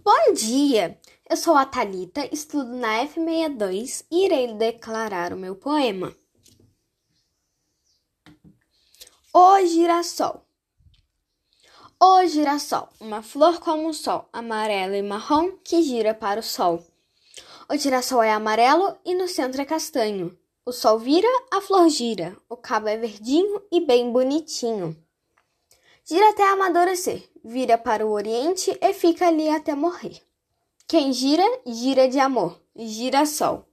Bom dia! Eu sou a Thalita, estudo na F62 e irei declarar o meu poema. O girassol. O girassol, uma flor como o sol, amarelo e marrom que gira para o sol. O girassol é amarelo e no centro é castanho. O sol vira, a flor gira, o cabo é verdinho e bem bonitinho. Gira até amadurecer, vira para o oriente e fica ali até morrer. Quem gira, gira de amor, girassol.